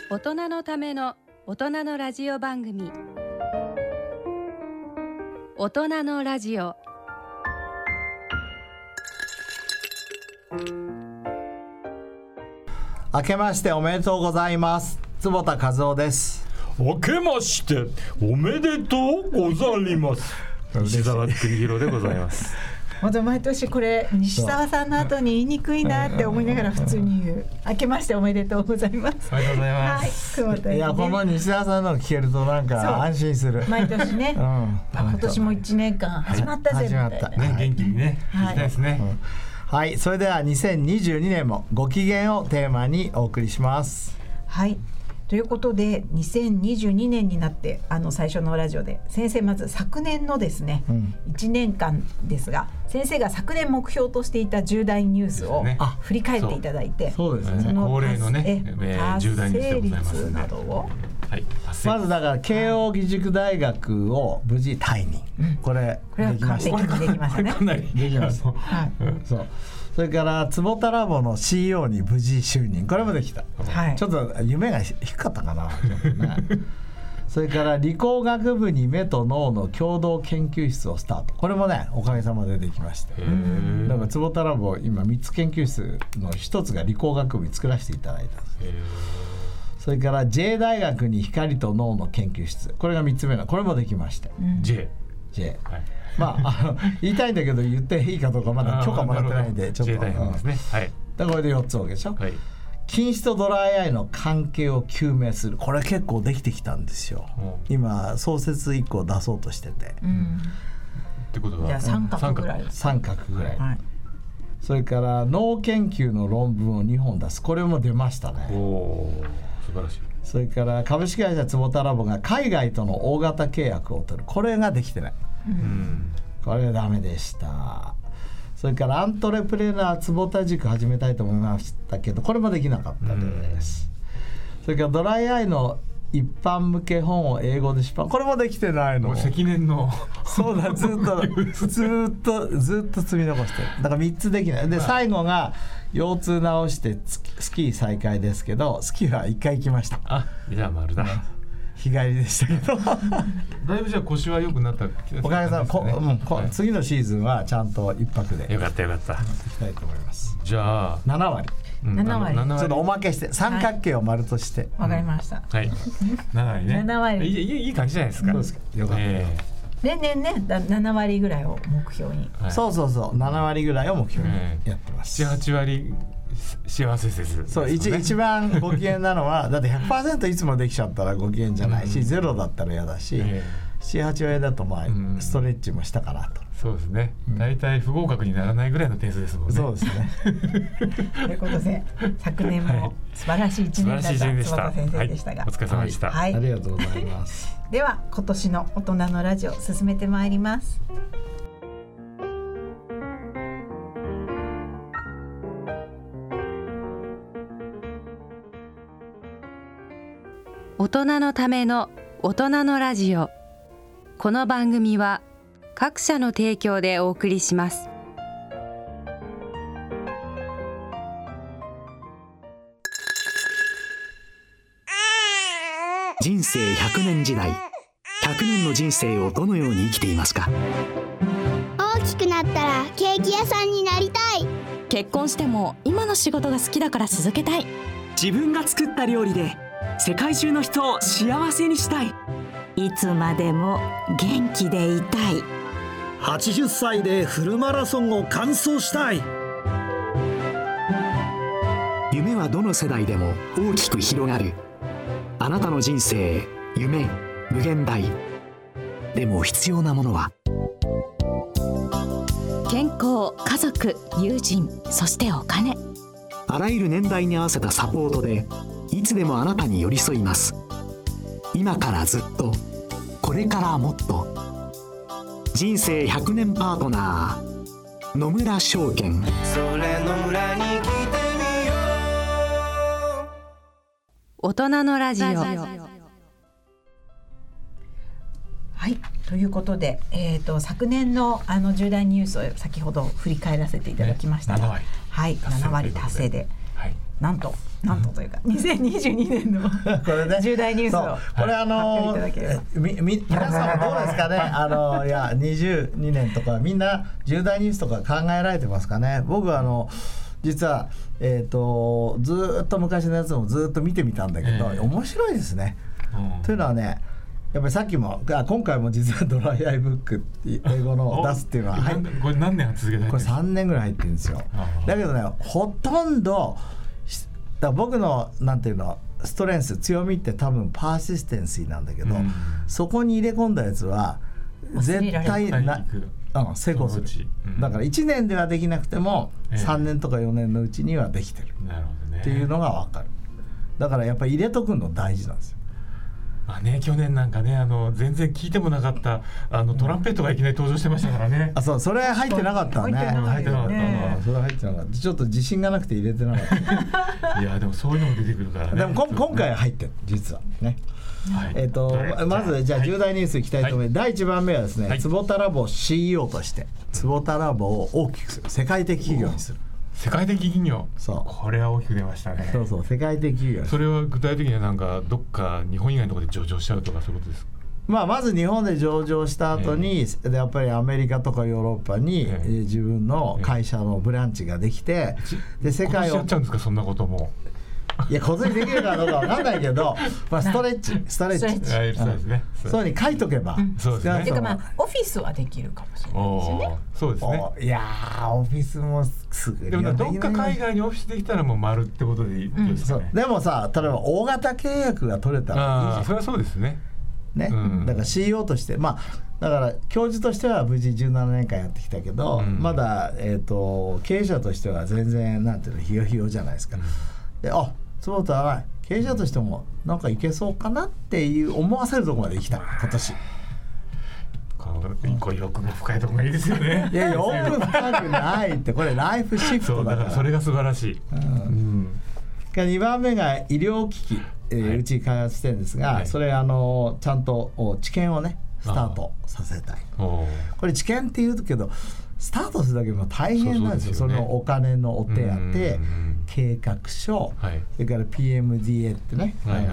大人のための大人のラジオ番組、大人のラジオ。 明けましておめでとうございます。坪田和夫です。 明けましておめでとうございます西澤邦弘でございますまた毎年これ西澤さんの後に言いにくいなって思いながら普通に言う。明けましておめでとうございます。 ありがとうございます、 はい、 いやこの西澤さんの聞けるとなんか安心する。 毎年ね、今年も1年間始まったぜみたいな、 ね、元気にね、行きたいですね。 はい、それでは2022年もご機嫌をテーマにお送りします。 はい、ということで2022年になって最初のラジオで先生まず昨年のですね、1年間ですが先生が昨年目標としていた重大ニュースを振り返っていただいて、 そうですね、 恒例のね重大ニュースでございます達成率などを、 はい、 まずだから慶應義塾大学を無事退任、これできました。 これは完璧にできましたね。 かなりできました、そうそれから坪田ラボの CEO に無事就任、これもできた、ちょっと夢が低かったかな、それから理工学部に目と脳の共同研究室をスタート、これもねおかげさまでできまして、だから坪田ラボ今3つ研究室の1つが理工学部に作らせていただいたんです。それから J 大学に光と脳の研究室、これが3つ目の、これもできまして、 J、 はい、まあ言いたいんだけど言っていいかどうかまだ許可もらってないんでちょっと、 J 大学ですね、はい、 だからこれで4つ OK でしょ、はい、近視とドライアイの関係を究明する、これ結構できてきたんですよ、今創設1個出そうとしてて、 ってことは三角ぐらい、 はい、それから脳研究の論文を2本出す、これも出ましたね。 お素晴らしい。 それから株式会社坪田ラボが海外との大型契約を取る、これができてない、これはダメでした。それからアントレプレナー坪田塾始めたいと思いましたけど、これもできなかったです。それからドライアイの一般向け本を英語で出版、これもできてないの。 積年のそうだ、ずっと積み残してる。だから3つできないで、最後が腰痛治してスキー再開ですけど、スキーは1回行きました。 あ、じゃあ丸だ、 日帰りでしたけどだいぶじゃあ腰は良くなったおかげさまで、次のシーズンはちゃんと1泊でよかった行きたいと思います。 じゃあ 7割ちょっとおまけして三角形を丸として、 わかりました、 はい、7割ね、 7割いい感じじゃないですか。 そうですか、よかった、 例年ね7割ぐらいを目標に、 そう7割ぐらいを目標にやってます。 7,8 割幸せ説、 そう、一番ご機嫌なのはだって 100% いつもできちゃったらご機嫌じゃないし、ゼロだったら嫌だし、7,8 割だとストレッチもしたかなと。 そうですね、だいたい不合格にならないぐらいの点数ですもんね。 そうですねということで昨年も素晴らしい1年だった坪田先生でしたが、 お疲れ様でした、 ありがとうございますでは今年の大人のラジオ進めてまいります。 大人のための大人のラジオ。この番組は各社の提供でお送りします。 人生100年時代、100年の人生をどのように生きていますか？ 大きくなったらケーキ屋さんになりたい。 結婚しても今の仕事が好きだから続けたい。 自分が作った料理で世界中の人を幸せにしたい。 いつまでも元気でいたい。 80歳でフルマラソンを完走したい。 夢はどの世代でも大きく広がる。あなたの人生、夢、無限大。でも必要なものは健康、家族、友人、そしてお金。 あらゆる年代に合わせたサポートでいつでもあなたに寄り添います。今からずっと、これからもっと。人生100年パートナー、野村証券。それ野村に来てみよう。大人のラジオ。 はい、ということで、昨年の重大ニュースを先ほど振り返らせていただきましたが、7割達成で、 なんとというか2022年のこれ、ね、重大ニュースをこれ発表いただければ。 皆さんもどうですかねいや22年とかみんな重大ニュースとか考えられてますかね。僕は実は、ずっと昔のやつもずっと見てみたんだけど、面白いですね。というのはね、やっぱりさっきも今回も実はドライアイブックって英語の出すっていうのはこれ何年続けてるんですか。 これ3年ぐらい入ってるんですよ。だけどね、ほとんどだ僕のなんていうのストレンス強みって多分パーシステンシーなんだけど、そこに入れ込んだやつは絶対成功する。だから1年ではできなくても3年とか4年のうちにはできてるっていうのが分かる。だからやっぱり入れとくの大事なんですよ。 去年なんかね全然聞いてもなかったトランペットがいきなり登場してましたからね。 そう、それ入ってなかったね。 入ってなかった。 それ入ってなかった。ちょっと自信がなくて入れてなかった。 いやでもそういうのも出てくるからね。 でも今回入ってる実はね。まずじゃあ重大ニュースいきたいと思います。第1番目はですね、坪田ラボ CEO として坪田ラボを大きくする、世界的企業にする。 世界的企業。 そう。 これは大きく出ましたね。 そう世界的企業。 それは具体的にはなんかどっか日本以外のところで上場しちゃうとかそういうことですか。 まず日本で上場した後に、やっぱりアメリカとかヨーロッパに、自分の会社のブランチができて、で世界をやっちゃうんですかそんなことも。 いや、小銭できるかどうか分かんないけど、ストレッチそうに書いとけば、 そうですね。てかオフィスはできるかもしれないですよね。 そうですね。 いやオフィスもすぐでもどっか海外にオフィスできたらもう丸ってことでいいですかね。 でもさ、例えば大型契約が取れたらいいじゃん。 それはそうですね。 だから CEO としてだから教授としては無事17年間やってきたけど、まだ経営者としては全然なんていうのひよひよじゃないですか。で坪田は経営者としてもなんかいけそうかなっていう思わせるところまで行きたい今年。 これ欲が深いところがいいですよね。 いや欲深くないって、これライフシフトだから。 それが素晴らしい。 2番目が医療機器、うち開発してるんですが、それちゃんと治験をねスタートさせたい。これ治験って言うけどスタートするだけでも大変なんですよ。そのお金のお手当、計画書、それから PMDA ってね、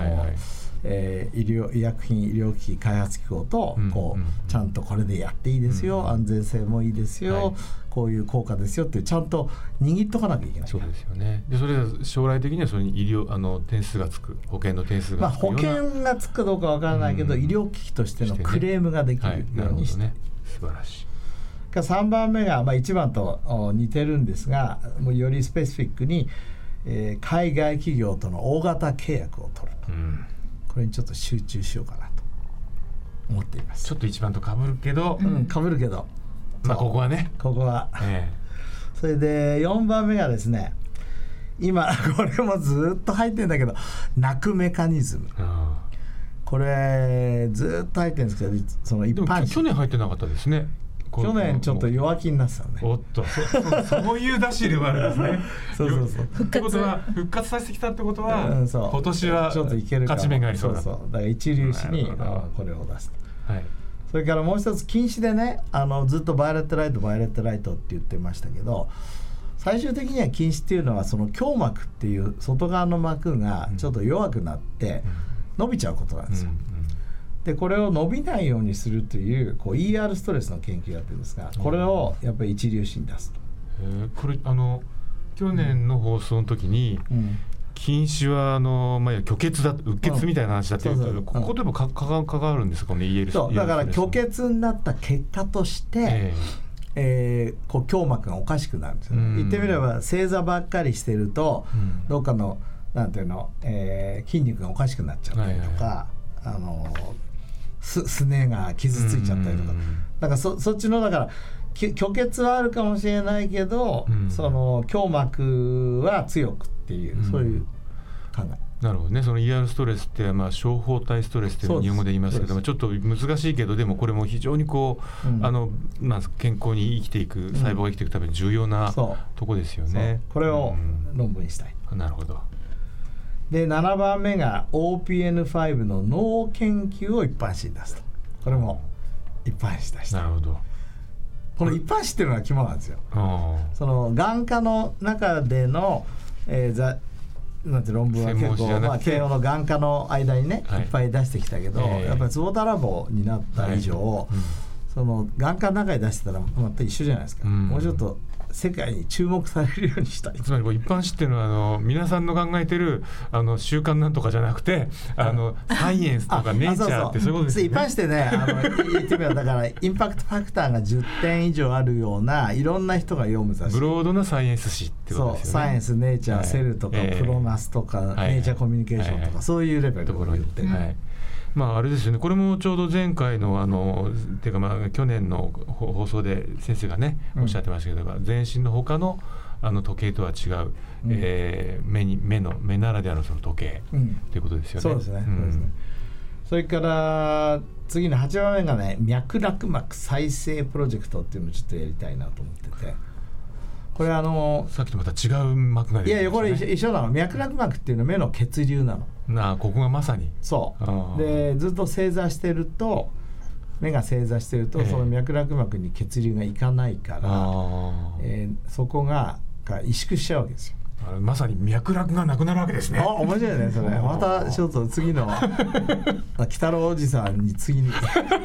医薬品医療機器開発機構とちゃんとこれでやっていいですよ、安全性もいいですよ、こういう効果ですよってちゃんと握っとかなきゃいけない。 そうですよね。でそれは将来的にはそれに医療点数がつく、保険の点数がつくような、 保険がつくかどうかわからないけど、医療機器としてのクレームができるようにして、 素晴らしい。 3番目が1番と似てるんですが、もうよりスペシフィックに、海外企業との大型契約を取ると、これにちょっと集中しようかなと思っています。 ちょっと1番と被るけど、 被るけど、 ここはね、 ここは、それで4番目がですね、今これもずっと入ってるんだけど、泣くメカニズム。これずっと入ってるんですけど、その一般去年入ってなかったですね。 去年ちょっと弱気になってたね。 おっと、そういう出し入れもあるんですね。 そうってことは復活させてきたってことは、今年はちょっといける勝ち目がありそうだ。 だから一粒子にこれを出す。それからもう一つ禁止でね、ずっとバイオレットライトバイオレットライトって言ってましたけど、最終的には禁止っていうのはその胸膜っていう外側の膜がちょっと弱くなって伸びちゃうことなんですよ。でこれを伸びないようにするという、ER ストレスの研究があってるんですが、これをやっぱり一粒子に出す。 これ去年の放送の時に、禁止は虚血だ、うっ血みたいな話だっていうと、ここでも関わるんですかね。 そうだから虚血になった結果として、胸膜がおかしくなるんですよね。言ってみれば正座ばっかりしてると、どっかのなんていうの、筋肉がおかしくなっちゃったりとか、すねが傷ついちゃったりとか、だからそっちのだから虚血はあるかもしれないけど、その胸膜は強くっていう、そういう考え。 なるほどね。その ER ストレスって小胞体ストレスって日本語で言いますけども、ちょっと難しいけど、でもこれも非常に健康に生きていく、細胞が生きていくために重要なとこですよね。 これを論文にしたい。 なるほど。 で7番目が OPN5 の脳研究を一般紙に出すと。これも一般紙に出した。 なるほど。 この一般紙っていうのが肝なんですよ。その眼科の中でのなんて論文は結構、慶応の眼科の間にね、いっぱい出してきたけど、やっぱり坪田ラボになった以上、その眼科の中に出してたらまた一緒じゃないですか、もうちょっと世界に注目されるようにしたい。 つまり一般紙っていうのは皆さんの考えてる週刊なんとかじゃなくてサイエンスとかネイチャーってそういうことですね。 一般紙ってね言ってみればだからインパクトファクターが10点以上あるようないろんな人が読む雑誌、 ブロードなサイエンス誌ってことですよね。 そうサイエンス、ネイチャー、セルとか、プロナスとか、ネイチャーコミュニケーションとか、そういうレベルのところに言ってる、 あれですよね、これもちょうど前回のていうか去年の放送で先生がねおっしゃってましたけど、全身の他の時計とは違う、目ならではのその時計ということですよね。 そうですね。それから次の8番目がね、脈絡膜再生プロジェクトっていうのをちょっとやりたいなと思ってて、これさっきとまた違う膜が出てるんですね。 いやこれ一緒なの。脈絡膜っていうのは目の血流なの。 ここがまさにそうで、ずっと正座してると、目が正座してると、その脈絡膜に血流がいかないから、そこが萎縮しちゃうわけですよ。 まさに脈絡がなくなるわけですね。 面白いねそれ。またちょっと次の鬼太郎おじさんに次に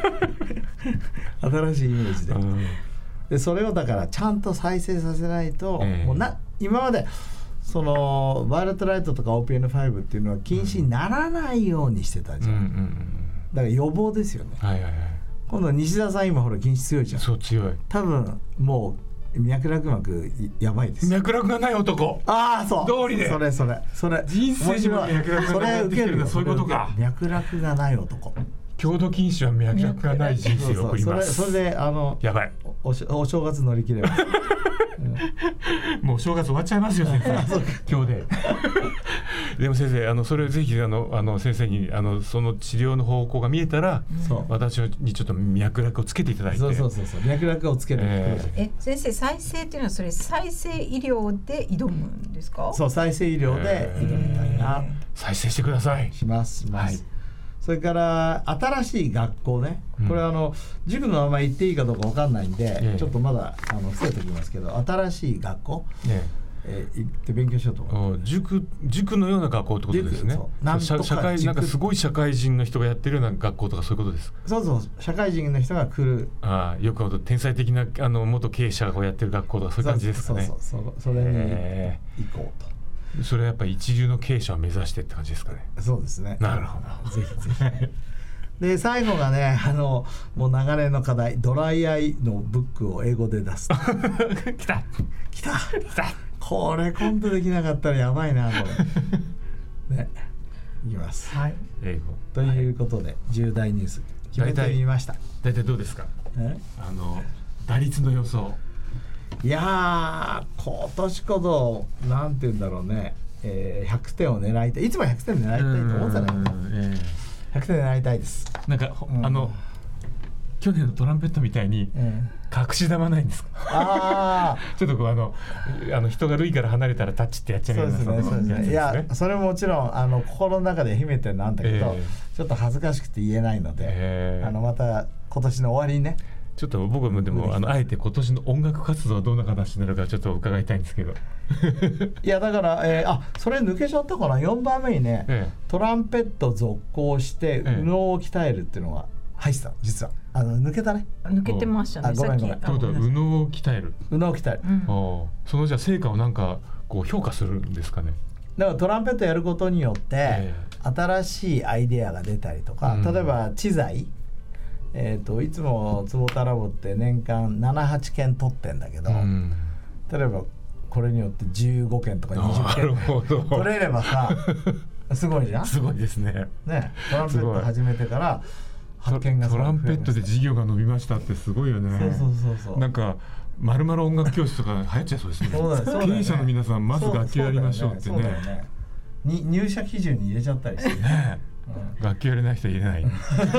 新しいイメージで、それをだからちゃんと再生させないと、もう今までそのバイオレットライトとか OPN5 っていうのは禁止にならないようにしてたじゃん、だから予防ですよね。今度西田さん今ほら禁止強いじゃん。 そう強い。 多分もう脈絡膜やばいです。 脈絡がない男。 そう通りでそれ人生にも脈絡がない男っていうのはそういうことか。 脈絡がない男、 郷土禁止は脈絡がない人生を送ります。 それでやばいお正月乗り切れますもう正月終わっちゃいますよ先生今日ででも先生それをぜひ先生にその治療の方向が見えたら、私にちょっと脈絡をつけていただいて。 そう脈絡をつける、 先生、再生っていうのはそれ再生医療で挑むんですか？ そう、再生医療で挑みたいな。 再生してください。 します。それから新しい学校ね、これ塾の名前言っていいかどうか分かんないんで、ちょっとまだ伏せておきますけど、新しい学校、行って勉強しようと思う。 塾のような学校ってことですね。社会なんかすごい社会人の人がやってるような学校とかそういうことですか？ そう社会人の人が来る。 よく天才的な元経営者がやってる学校とかそういう感じですかね。 それに行こうと。 それはやっぱり一流の経営者を目指してって感じですかね。 そうですね。 なるほど。 ぜひで最後がねもう長年の課題、ドライアイのブックを英語で出す来たこれコントできなかったらやばいなこれね。いきます、英語ということで、重大ニュース決めてみました。 大体どうですか？打率の予想。 いや今年こそなんて言うんだろうね、100点を狙いたい。いつも100点狙いたいと思ってたね。100点狙いたいです。 なんか去年のトランペットみたいに隠し玉ないんですか？ちょっと人が塁から離れたらタッチってやっちゃうような。そうですね。 いやそれももちろん心の中で秘めてるのなんだけど、ちょっと恥ずかしくて言えないので、また今年の終わりにね。 ちょっと僕もでもあえて今年の音楽活動はどんな形になるかちょっと伺いたいんですけどいやだからそれ抜けちゃったかな。4番目にね、トランペット続行して右脳を鍛えるっていうのが入ってた。実は抜けたね。 抜けてましたね。 ごめん。ということは右脳を鍛える。 右脳を鍛える。 そのじゃあ成果をなんかこう評価するんですかね。 だからトランペットやることによって新しいアイデアが出たりとか、例えば知財いつも坪田ラボって年間 7,8 件取ってんだけど、例えばこれによって15件とか20件取れればさすごいじゃん。 すごいですね。 トランペット始めてから発見がトランペットで事業が伸びましたってすごいよね。そうなんかまるまる音楽教室とか流行っちゃいそうですね。経営者の皆さんまず楽器やりましょうってね。 入社基準に入れちゃったりしてね。 楽器やれない人は入れない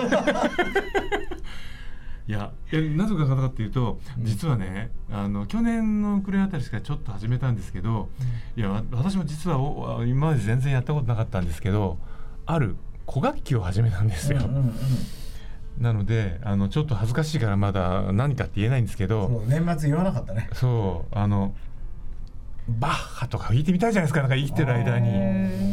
いやなぜかっていうと、実はね去年の暮れあたりからちょっと始めたんですけど、いや私も実は今まで全然やったことなかったんですけど、ある古楽器を始めたんですよ。なのでちょっと恥ずかしいからまだ何かって言えないんですけど、 年末言わなかったね。 そうバッハとか弾いてみたいじゃないですか、なんか生きてる間に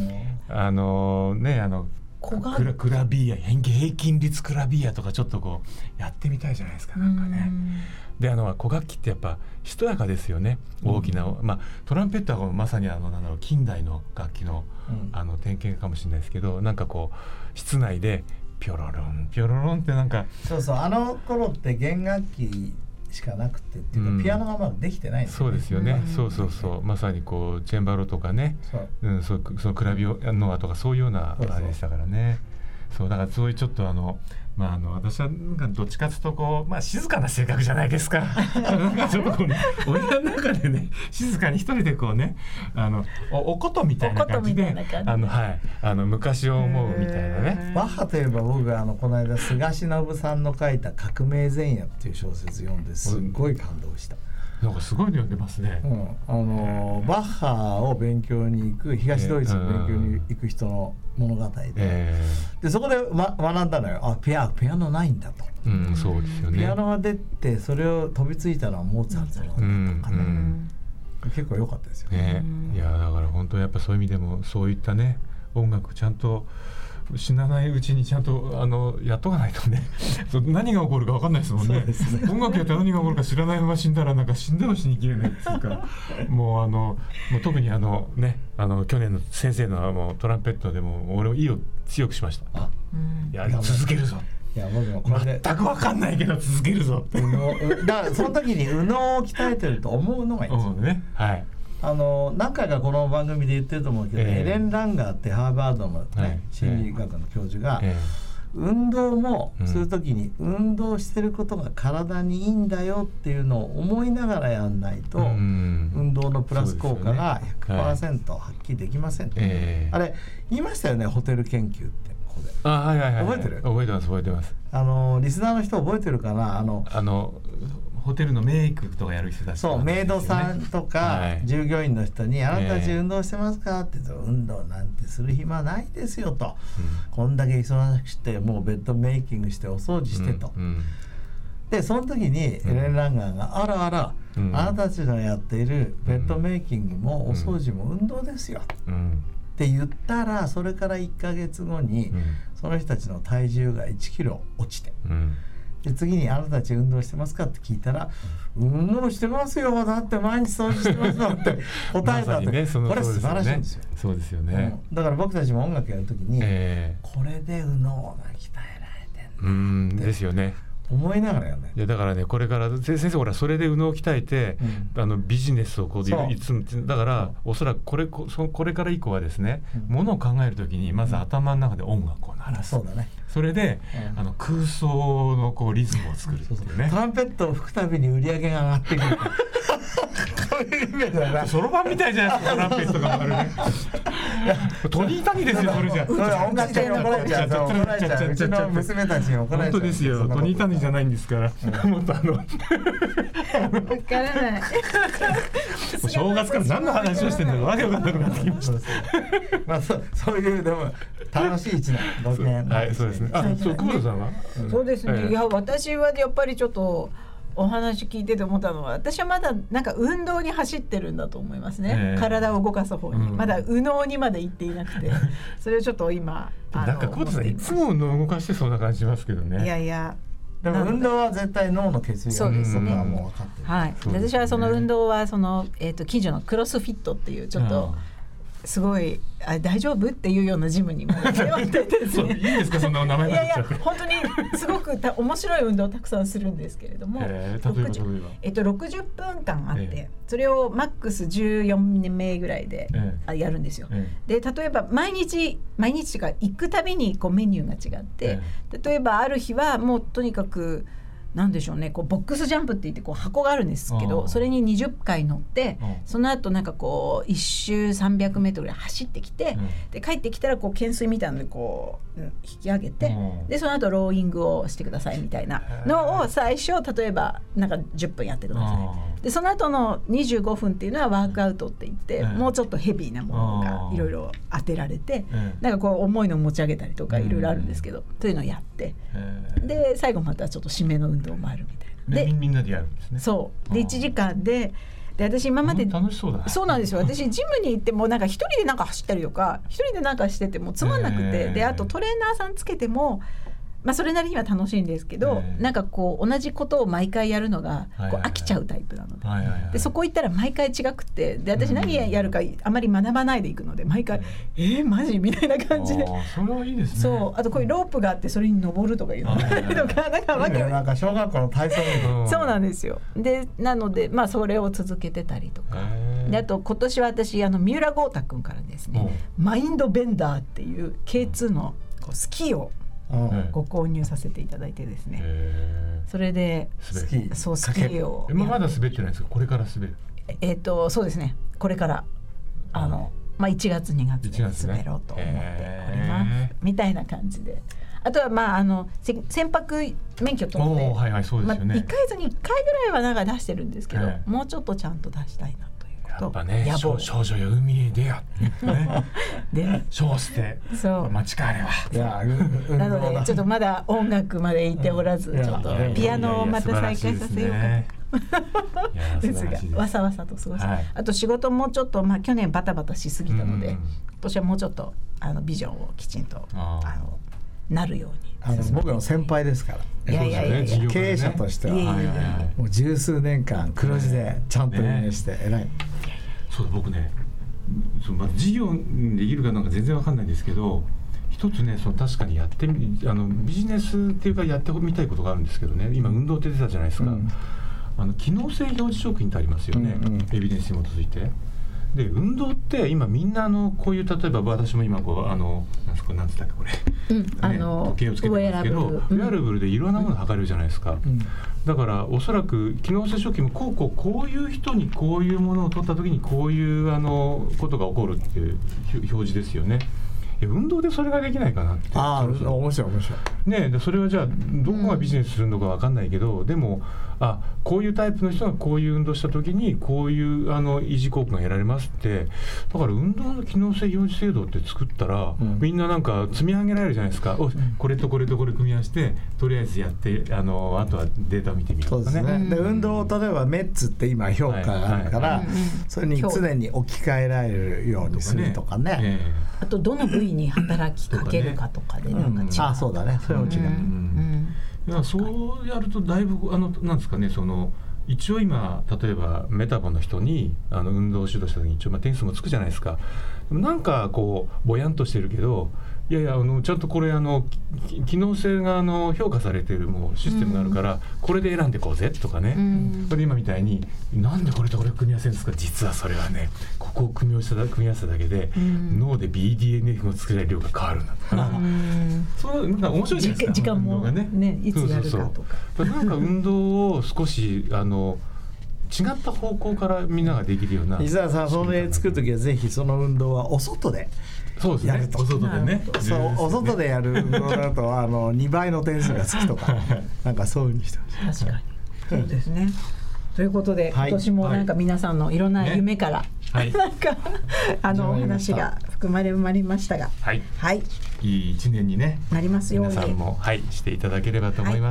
クラビア、平均律クラビアとかちょっとこうやってみたいじゃないですか、なんかね。で古楽器ってやっぱしとやかですよね、大きな、トランペットはまさに近代の楽器の、典型かもしれないですけど、なんかこう室内でピョロロンピョロロンってなんかそうあの頃って弦楽器しかなくてっていうか、ピアノがまだできてないんですよね。 そうですよね、そうまさにこうチェンバロとかね、そのクラビオノアとかそういうようなあれでしたからね。そうだからそういうちょっと私はどっちかというとこう、静かな性格じゃないですか。なんかちょっとこうね、お部屋の中でね、静かに一人でこうね、おことみたいな感じで、昔を思うみたいなね。 バッハといえば僕がこの間菅忍さんの書いた革命前夜っていう小説読んですごい感動した。 なんかすごいの読んでますね。 バッハを勉強に行く、東ドイツの勉強に行く人の物語で、そこで、学んだのよ。ピアノないんだと、 そうですよね。 ピアノが出てそれを飛びついたのはモーツァルトだとかね、結構良かったですよね。 いやだから本当やっぱそういう意味でもそういったね、音楽ちゃんと死なないうちにちゃんとやっとかないとね何が起こるか分かんないですもんね。音楽やって何が起こるか知らないまま死んだらなんか死んでも死にきれないっていうかもう特に去年の先生のトランペットでも俺を意を強くしました。いや続けるぞ。いや僕もこれで全く分かんないけど続けるぞってだからその時に右脳を鍛えてると思うのがいいですよね。何回かこの番組で言ってると思うけど、エレン・ランガーってハーバードの、心理学の教授が、運動もするときに運動してることが体にいいんだよっていうのを思いながらやんないと、運動のプラス効果が 100% 発揮できません、あれ言いましたよね、ホテル研究ってここで。覚えてる？ 覚えてます。 リスナーの人覚えてるかな。 ホテルのメイクとかやる人たち、 そうメイドさんとか従業員の人に、あなたたち運動してますかって言うと、運動なんてする暇ないですよと、こんだけ忙しくてもうベッドメイキングしてお掃除してと、でその時にエレン・ランガーがあら、あなたたちのやっているベッドメイキングもお掃除も運動ですよ、って言ったら、それから1ヶ月後にその人たちの体重が1キロ落ちて、で次にあなたたち運動してますかって聞いたら、運動してますよ、だって毎日掃除してますよって答えたって、これ素晴らしいんですよ。 そうですよね。 だから僕たちも音楽やるときに、これで右脳が鍛えられてんだですよね。 思いながらやるね。 いやだからね、これから先生ほらそれで右脳を鍛えて、ビジネスをこういつもだからおそらくこれから以降はですね、ものを考えるときにまず頭の中で音楽を鳴らす。 そうだね。 それで、空想のこうリズムを作るっていうね。 トランペットを吹くたびに売り上げが上がってくる。 そろばんみたいじゃないですか、トランペットが鳴るね。トニータニですよ、それじゃ。 音楽家に怒られちゃう。うちの娘たちに怒られちゃう。 本当ですよ、トニータニじゃないんですから。もっとわからない。 正月から何の話をしてんだかわけわかんなくなってきました。 そういうでも楽しい一年、5年。 はい、そうですね。久保田さんは？ そうですね。いや私はやっぱりちょっとお話聞いてて思ったのは、私はまだなんか運動に走ってるんだと思いますね。体を動かす方に、まだ右脳にまで行っていなくて、それをちょっと今なんか久保田さんいつも脳を動かしてそうな感じしますけどね。 いや。 でも運動は絶対脳の血流がいいことはもう分かってる。 はい。私はその運動は近所のクロスフィットっていうちょっとすごい大丈夫っていうようなジムにも通っててですね。 いいですか、そんな名前が出ちゃって。 いや本当にすごく面白い運動をたくさんするんですけれども、60分間あって、それをマックス14名ぐらいでやるんですよ。で例えば毎日というか行くたびにこうメニューが違って、例えばある日はもうとにかくなんでしょうね、こうボックスジャンプって言ってこう箱があるんですけど、それに20回乗って、その後なんかこう1周300メートルぐらい走ってきて、で帰ってきたらこう懸垂みたいなのでこう引き上げて、でその後ローイングをしてくださいみたいなのを最初例えばなんか10分やってください。でその後の25分っていうのはワークアウトって言って、もうちょっとヘビーなものがいろいろ当てられて、なんかこう重いのを持ち上げたりとかいろいろあるんですけど、というのをやって、で最後またちょっと締めの運動もあるみたいな。 でみんなでやるんですね。 そうで1時間でで私今まで楽しそうだね。 そうなんですよ。私ジムに行ってもなんか一人でなんか走ったりとか一人でなんかしててもつまんなくて、であとトレーナーさんつけてもそれなりには楽しいんですけど、なんかこう同じことを毎回やるのがこう飽きちゃうタイプなので、でそこ行ったら毎回違くて、で私何やるかあまり学ばないで行くので毎回マジみたいな感じで、 それはいいですね。 そうあとこういうロープがあってそれに登るとかいうのとかなんか小学校の体操着そうなんですよ。でなのでそれを続けてたりとかで、あと今年は私三浦豪太君からですね、マインドベンダーっていう K2 のこうスキーをご購入させていただいてですね、それでスキーをまだ滑ってないですか？これから滑る？ そうですね、これから1月2月で滑ろうと思っておりますみたいな感じで、あとは船舶免許取って、1ヶ月に1回ぐらいはなんか出してるんですけど、もうちょっとちゃんと出したいなということ。 やっぱね、少女よ海へ出やってねで少子で間違えればなのでちょっとまだ音楽まで行っておらず、ちょっとピアノをまた再開させようかですが、わさわさと過ごす、あと仕事もちょっと去年バタバタしすぎたので、今年はもうちょっとビジョンをきちんとなるように。 僕の先輩ですから、経営者としてはもう十数年間黒字でちゃんと運営して偉い。 そう僕ね、事業できるかなんか全然わかんないんですけど、一つね確かにやってビジネスっていうかやってみたいことがあるんですけどね、今運動って出たじゃないですか、機能性表示食品ってありますよね、エビデンスに基づいて。で運動って今みんなこういう、例えば私も今こうなんつったっけこれ、時計をつけてますけど、ウェアラブルでいろんなものを測れるじゃないですか、だからおそらく機能性食品もこういう人にこういうものを取った時にこういうことが起こるっていう表示ですよね。運動でそれができないかなって。 面白いね。でそれはじゃあどこがビジネスするのか分かんないけど、でもこういうタイプの人がこういう運動した時にこういう維持効果が得られますって。だから運動の機能性表示制度って作ったら、みんななんか積み上げられるじゃないですか。これとこれとこれ組み合わせてとりあえずやってあとはデータを見てみようとかね。 で運動、例えばメッツって今評価があるから、それに常に置き換えられるようにするとかね。 あとどの部位に働きかけるかとかでなんか違う。 そうだね、それも違う。 そうやるとだいぶなんですかね、一応今例えばメタボの人に運動を指導した時に一応点数もつくじゃないですか。でもなんかこうぼやんとしてるけど、いやちゃんとこれ機能性が評価されているもうシステムがあるから、これで選んでこうぜとかね、これ今みたいになんでこれとこれ組み合わせるんですか、実はそれはねここを組み合わせただけで、脳で BDNF の作られる量が変わるんだとか、そうなんか面白いじゃないですか。 時間もねいつやるかとか、 なんか運動を少し違った方向からみんなができるような。 伊沢さん、それ作るときはぜひその運動はお外でやると。 お外でね。 お外でやる運動だと2倍の点数がつくとかなんかそういうふうにしてほしい。 確かにそうですね。ということで、今年もなんか皆さんのいろんな夢から、なんかお話が含まれましたが、 いい一年にねなりますように皆さんもしていただければと思います。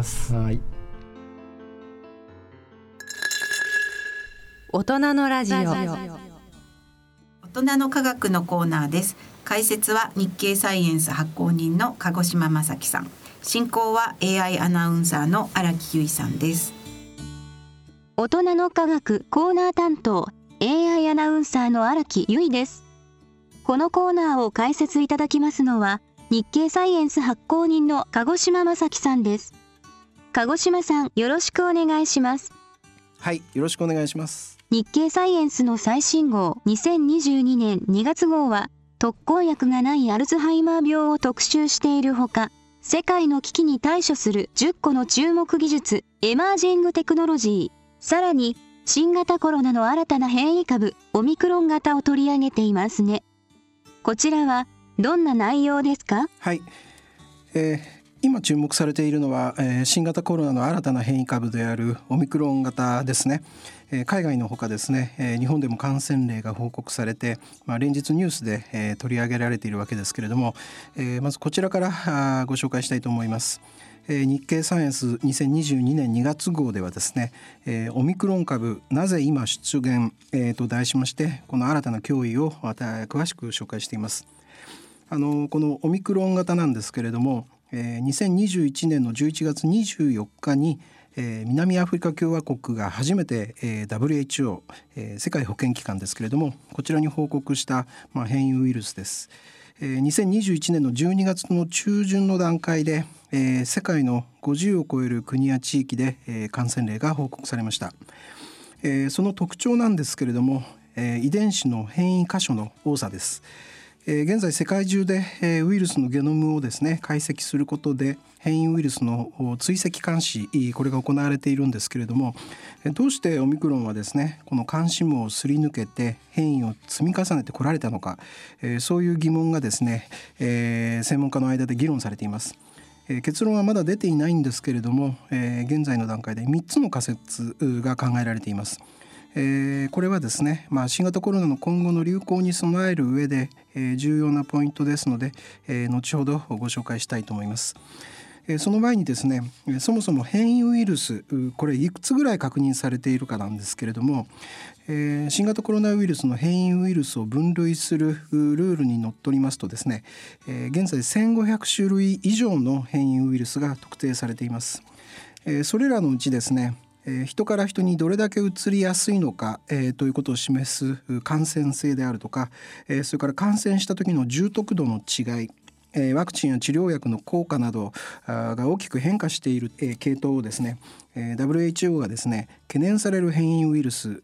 大人のラジオ。大人の科学のコーナーです。解説は日経サイエンス発行人の鹿児島正樹さん、進行は AI アナウンサーの荒木由衣さんです。 大人の科学コーナー担当 AI アナウンサーの荒木由衣です。このコーナーを解説いただきますのは日経サイエンス発行人の鹿児島正樹さんです。鹿児島さん、よろしくお願いします。 はい、よろしくお願いします。 日経サイエンスの最新号2022年2月号は特効薬がないアルツハイマー病を特集しているほか、世界の危機に対処する10個の注目技術、エマージングテクノロジー、さらに新型コロナの新たな変異株、オミクロン型を取り上げていますね。こちらはどんな内容ですか？ はい、今注目されているのは、新型コロナの新たな変異株であるオミクロン型ですね。海外のほかですね、日本でも感染例が報告されて、連日ニュースで、取り上げられているわけですけれども、まずこちらからご紹介したいと思います。 日経サイエンス2022年2月号ではですね、オミクロン株なぜ今出現、と題しまして、この新たな脅威を詳しく紹介しています。このオミクロン型なんですけれども、2021年の11月24日に南アフリカ共和国が初めて WHO、世界保健機関ですけれども、こちらに報告した変異ウイルスです。2021年の12月の中旬の段階で、世界の50を超える国や地域で、感染例が報告されました。その特徴なんですけれども、遺伝子の変異箇所の多さです。現在世界中でウイルスのゲノムをですね解析することで変異ウイルスの追跡監視、これが行われているんですけれども、どうしてオミクロンはですねこの監視網をすり抜けて変異を積み重ねてこられたのか、そういう疑問がですね、専門家の間で議論されています。結論はまだ出ていないんですけれども、現在の段階で3つの仮説が考えられています。これはですね、新型コロナの今後の流行に備える上で、重要なポイントですので、後ほどご紹介したいと思います。その前にですね、そもそも変異ウイルス、これいくつぐらい確認されているかなんですけれども、新型コロナウイルスの変異ウイルスを分類するルールにのっとりますとですね、現在1500種類以上の変異ウイルスが特定されています。それらのうちですね、人から人にどれだけうつりやすいのか、ということを示す感染性であるとか、それから感染した時の重篤度の違い、ワクチンや治療薬の効果などが大きく変化している系統をですね、WHO がですね懸念される変異ウイルス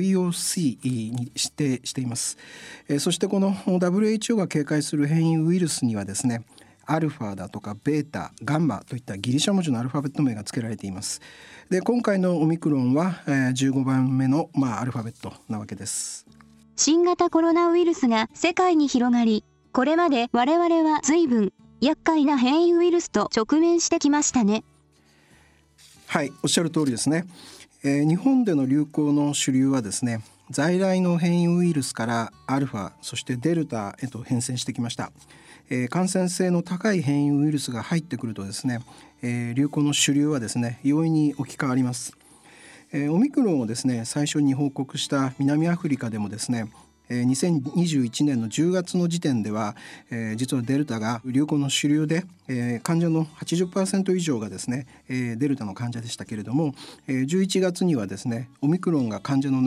VOC に指定しています。そしてこの WHO が警戒する変異ウイルスにはですねアルファだとかベータ、ガンマといったギリシャ文字のアルファベット名が付けられています。で、今回のオミクロンは15番目のアルファベットなわけです。 新型コロナウイルスが世界に広がり、これまで我々は随分厄介な変異ウイルスと直面してきましたね。 はい、おっしゃる通りですね。日本での流行の主流はですね、在来の変異ウイルスからアルファ、そしてデルタへと変遷してきました。感染性の高い変異ウイルスが入ってくるとですね、流行の主流はですね容易に置き換わります。オミクロンをですね最初に報告した南アフリカでもですね、2021年の10月の時点では、実はデルタが流行の主流で、患者の 80% 以上がですね、デルタの患者でしたけれども、11月にはですねオミクロンが患者の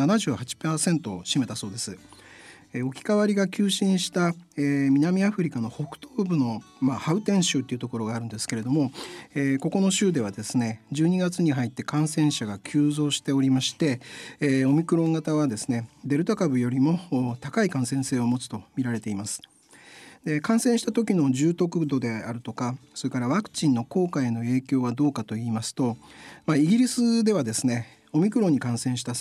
78% を占めたそうです。置き換わりが急進した、南アフリカの北東部の、ハウテン州というところがあるんですけれども、ここの州ではですね12月に入って感染者が急増しておりまして、オミクロン型はですねデルタ株よりも高い感染性を持つと見られています。で、感染した時の重篤度であるとか、それからワクチンの効果への影響はどうかといいますと、イギリスではですねオミクロンに感染した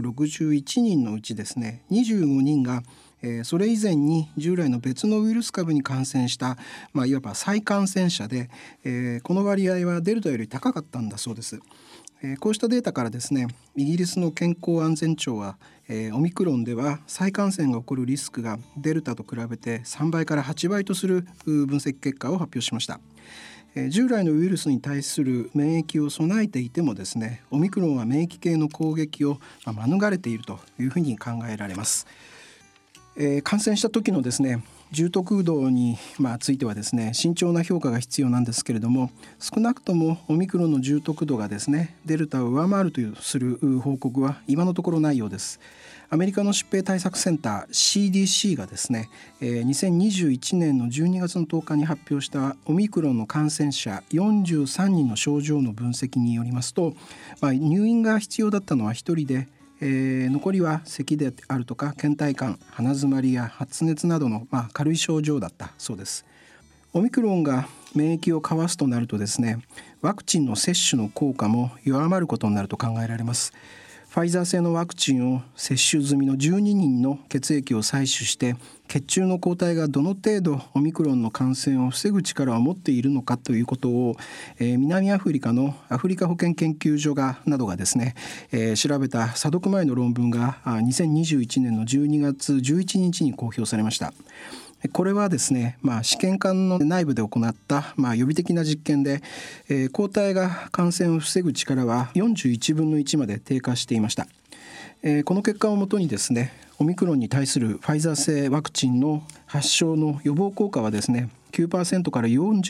361人のうちですね25人がそれ以前に従来の別のウイルス株に感染した、いわば再感染者で、この割合はデルタより高かったんだそうです。こうしたデータからですねイギリスの健康安全庁は、オミクロンでは再感染が起こるリスクがデルタと比べて3倍から8倍とする分析結果を発表しました。従来のウイルスに対する免疫を備えていてもですねオミクロンは免疫系の攻撃を免れているというふうに考えられます。感染した時のですね重篤度についてはですね慎重な評価が必要なんですけれども、少なくともオミクロンの重篤度がですねデルタを上回るとする報告は今のところないようです。アメリカの疾病対策センター CDC がですね2021年の12月の10日に発表したオミクロンの感染者43人の症状の分析によりますと、入院が必要だったのは1人で、残りは咳であるとか倦怠感、鼻詰まりや発熱などの軽い症状だったそうです。オミクロンが免疫をかわすとなるとですねワクチンの接種の効果も弱まることになると考えられます。ファイザー製のワクチンを接種済みの12人の血液を採取して血中の抗体がどの程度オミクロンの感染を防ぐ力を持っているのかということを、南アフリカのアフリカ保健研究所などがですね、調べた査読前の論文が2021年の12月11日に公表されました。 これはですね、試験管の内部で行った、予備的な実験で、抗体が感染を防ぐ力は41分の1まで低下していました。この結果をもとにですね、オミクロンに対するファイザー製ワクチンの発症の予防効果はですね 9% から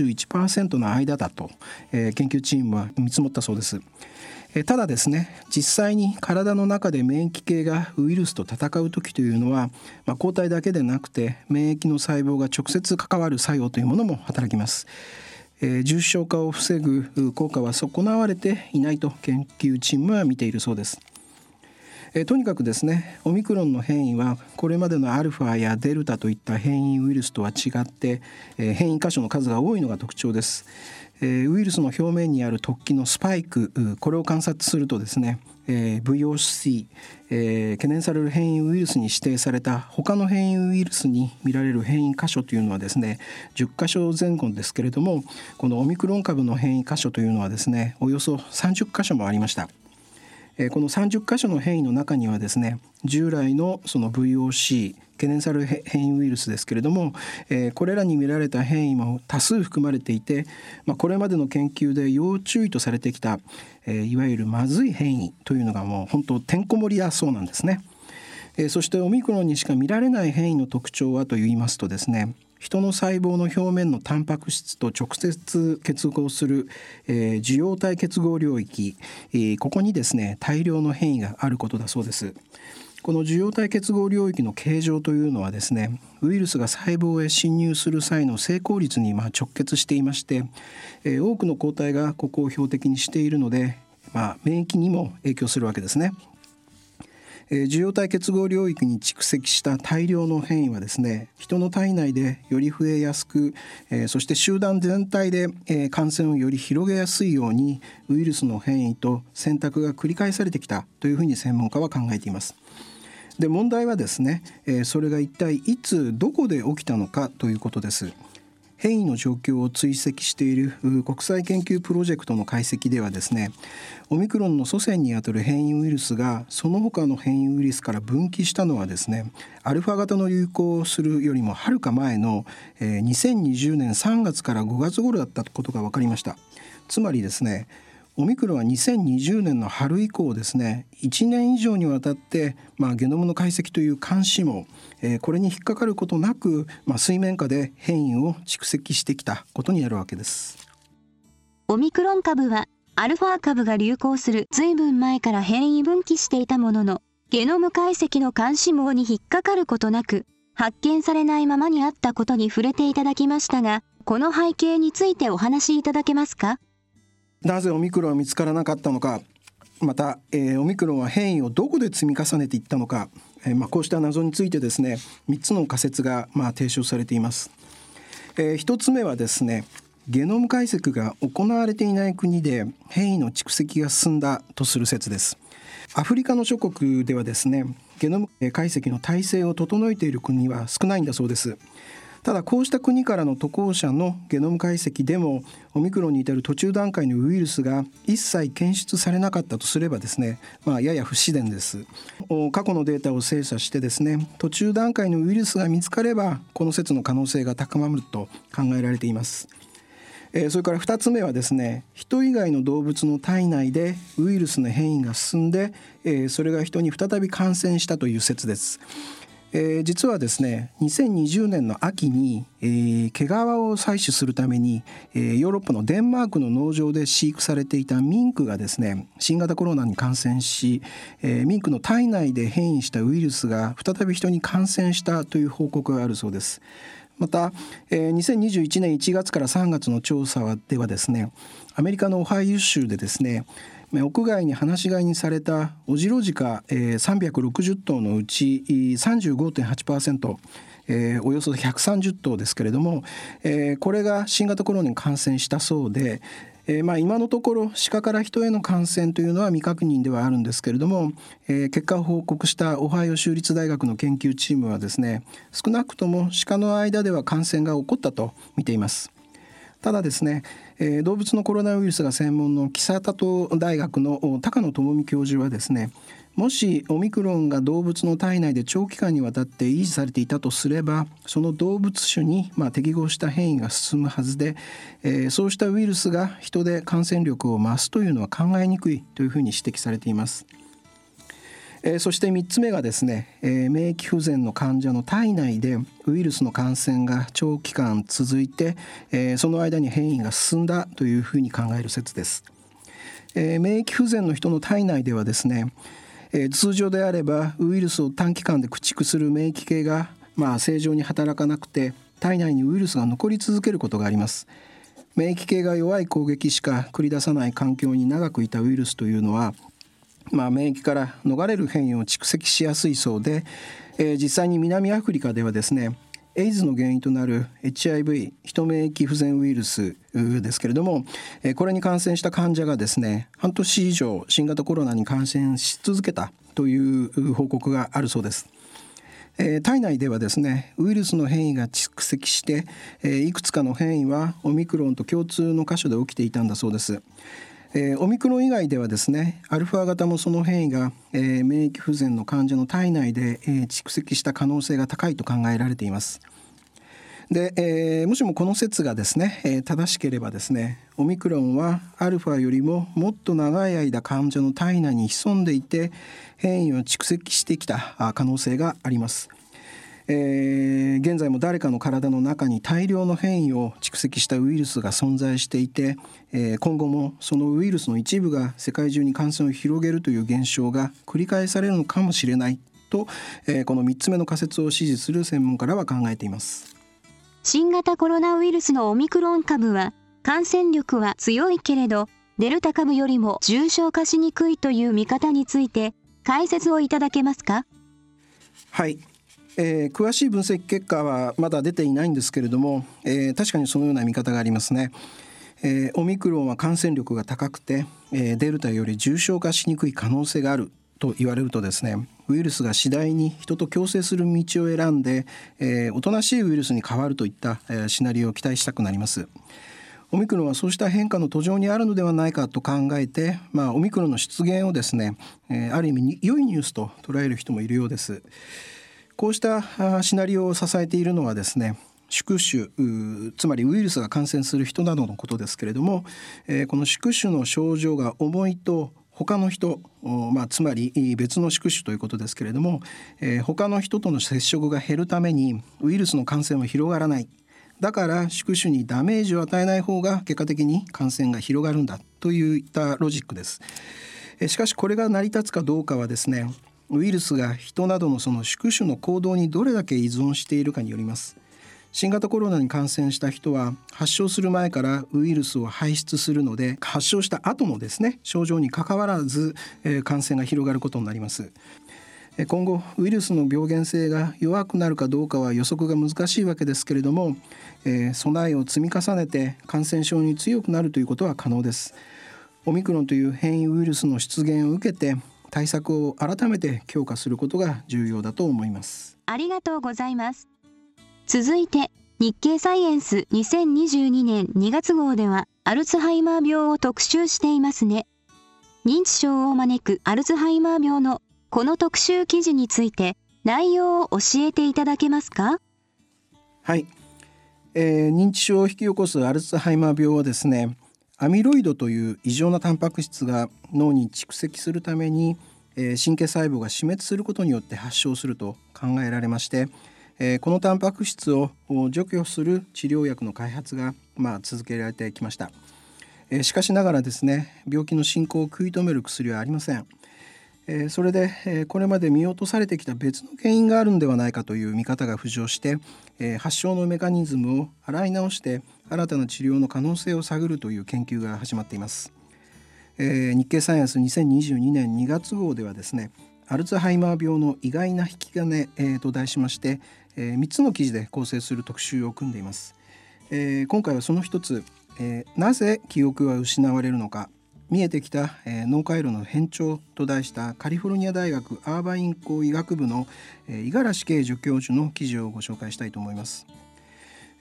41% の間だと、研究チームは見積もったそうです。ただですね、実際に体の中で免疫系がウイルスと戦う時というのは、抗体だけでなくて免疫の細胞が直接関わる作用というものも働きます。重症化を防ぐ効果は損なわれていないと研究チームは見ているそうです。とにかくですね、オミクロンの変異はこれまでのアルファやデルタといった変異ウイルスとは違って、変異箇所の数が多いのが特徴です。ウイルスの表面にある突起のスパイク、これを観察するとですね、VOC、懸念される変異ウイルスに指定された他の変異ウイルスに見られる変異箇所というのはですね、10箇所前後ですけれども、このオミクロン株の変異箇所というのはですね、およそ30箇所もありました。この30箇所の変異の中にはですね、従来のその VOC 懸念される変異ウイルスですけれども、これらに見られた変異も多数含まれていて、これまでの研究で要注意とされてきた、いわゆるまずい変異というのがもう本当てんこ盛りだそうなんですね。そしてオミクロンにしか見られない変異の特徴はといいますとですね、人の細胞の表面のタンパク質と直接結合する、受容体結合領域、ここにですね大量の変異があることだそうです。この受容体結合領域の形状というのはですね、ウイルスが細胞へ侵入する際の成功率に直結していまして、多くの抗体がここを標的にしているので、免疫にも影響するわけですね。受容体結合領域に蓄積した大量の変異はですね、人の体内でより増えやすく、そして集団全体で、感染をより広げやすいようにウイルスの変異と選択が繰り返されてきたというふうに専門家は考えています。で、問題はですね、それが一体いつどこで起きたのかということです。変異の状況を追跡している国際研究プロジェクトの解析ではですね、オミクロンの祖先にあたる変異ウイルスがその他の変異ウイルスから分岐したのはですね、アルファ型の流行をするよりもはるか前の2020年3月から5月頃だったことが分かりました。つまりですね、オミクロンは2020年の春以降ですね、1年以上にわたって、ゲノムの解析という監視網、これに引っかかることなく、水面下で変異を蓄積してきたことになるわけです。 オミクロン株はアルファ株が流行するずいぶん前から変異分岐していたものの、ゲノム解析の監視網に引っかかることなく発見されないままにあったことに触れていただきましたが、この背景についてお話しいただけますか？ なぜオミクロンは見つからなかったのか、また、オミクロンは変異をどこで積み重ねていったのか、こうした謎についてですね、3つの仮説が提唱されています。1つ目はですね、ゲノム解析が行われていない国で変異の蓄積が進んだとする説です。アフリカの諸国ではですね、ゲノム解析の体制を整えている国は少ないんだそうです。ただこうした国からの渡航者のゲノム解析でもオミクロンに至る途中段階のウイルスが一切検出されなかったとすればですね、やや不自然です。過去のデータを精査してですね、途中段階のウイルスが見つかればこの説の可能性が高まると考えられています。それから2つ目はですね、人以外の動物の体内でウイルスの変異が進んで、それが人に再び感染したという説です。実はですね、2020年の秋に、毛皮を採取するために、ヨーロッパのデンマークの農場で飼育されていたミンクがですね、新型コロナに感染し、ミンクの体内で変異したウイルスが再び人に感染したという報告があるそうです。また、2021年1月から3月の調査ではですね、アメリカのオハイオ州でですね、屋外に放し飼いにされたオジロジカ360頭のうち 35.8%、およそ130頭ですけれども、これが新型コロナに感染したそうで、今のところ鹿から人への感染というのは未確認ではあるんですけれども、結果を報告したオハイオ州立大学の研究チームはですね、少なくとも鹿の間では感染が起こったと見ています。 ただですね、動物のコロナウイルスが専門の北里大学の高野智美教授はですね、もしオミクロンが動物の体内で長期間にわたって維持されていたとすれば、その動物種に適合した変異が進むはずで、そうしたウイルスが人で感染力を増すというのは考えにくいというふうに指摘されています。そして3つ目がですね、免疫不全の患者の体内でウイルスの感染が長期間続いて、その間に変異が進んだというふうに考える説です。免疫不全の人の体内ではですね、通常であればウイルスを短期間で駆逐する免疫系が正常に働かなくて、体内にウイルスが残り続けることがあります。免疫系が弱い攻撃しか繰り出さない環境に長くいたウイルスというのは、免疫から逃れる変異を蓄積しやすいそうで、実際に南アフリカではですね、エイズの原因となる HIV 人免疫不全ウイルスですけれども、これに感染した患者がですね、半年以上新型コロナに感染し続けたという報告があるそうです。体内ではですね、ウイルスの変異が蓄積して、いくつかの変異はオミクロンと共通の箇所で起きていたんだそうです。オミクロン以外ではですね、アルファ型もその変異が、免疫不全の患者の体内で、蓄積した可能性が高いと考えられています。で、もしもこの説がですね、正しければですね、オミクロンはアルファよりももっと長い間患者の体内に潜んでいて変異を蓄積してきた可能性があります。現在も誰かの体の中に大量の変異を蓄積したウイルスが存在していて、今後もそのウイルスの一部が世界中に感染を広げるという現象が繰り返されるのかもしれないと、この3つ目の仮説を支持する専門家らは考えています。 新型コロナウイルスのオミクロン株は感染力は強いけれどデルタ株よりも重症化しにくいという見方について解説をいただけますか？ はい、詳しい分析結果はまだ出ていないんですけれども、確かにそのような見方がありますね。オミクロンは感染力が高くて、デルタより重症化しにくい可能性があると言われるとですね、ウイルスが次第に人と共生する道を選んで、おとなしいウイルスに変わるといった、シナリオを期待したくなります。オミクロンはそうした変化の途上にあるのではないかと考えて、オミクロンの出現をですね、ある意味良いニュースと捉える人もいるようです。こうしたシナリオを支えているのはですね、宿主、つまりウイルスが感染する人などのことですけれども、この宿主の症状が重いと他の人、つまり別の宿主ということですけれども、他の人との接触が減るためにウイルスの感染は広がらない。だから宿主にダメージを与えない方が結果的に感染が広がるんだといったロジックです。しかしこれが成り立つかどうかはですね、ウイルスが人などのその宿主の行動にどれだけ依存しているかによります。新型コロナに感染した人は発症する前からウイルスを排出するので、発症した後のですね、症状にかかわらず、感染が広がることになります。今後ウイルスの病原性が弱くなるかどうかは予測が難しいわけですけれども、備えを積み重ねて感染症に強くなるということは可能です。オミクロンという変異ウイルスの出現を受けて対策を改めて強化することが重要だと思います。 ありがとうございます。続いて日経サイエンス2022年2月号ではアルツハイマー病を特集していますね。認知症を招くアルツハイマー病のこの特集記事について内容を教えていただけますか？ はい、認知症を引き起こすアルツハイマー病はですね、アミロイドという異常なタンパク質が脳に蓄積するために、神経細胞が死滅することによって発症すると考えられまして、このタンパク質を除去する治療薬の開発が、続けられてきました。しかしながらですね、病気の進行を食い止める薬はありません。それで、これまで見落とされてきた別の原因があるのではないかという見方が浮上して、発症のメカニズムを洗い直して新たな治療の可能性を探るという研究が始まっています。日経サイエンス2022年2月号ではですね、アルツハイマー病の意外な引き金、と題しまして、3つの記事で構成する特集を組んでいます。今回はその一つ、なぜ記憶は失われるのか、見えてきた、脳回路の変調と題したカリフォルニア大学アーバイン校医学部の五十嵐圭助教授の記事をご紹介したいと思います。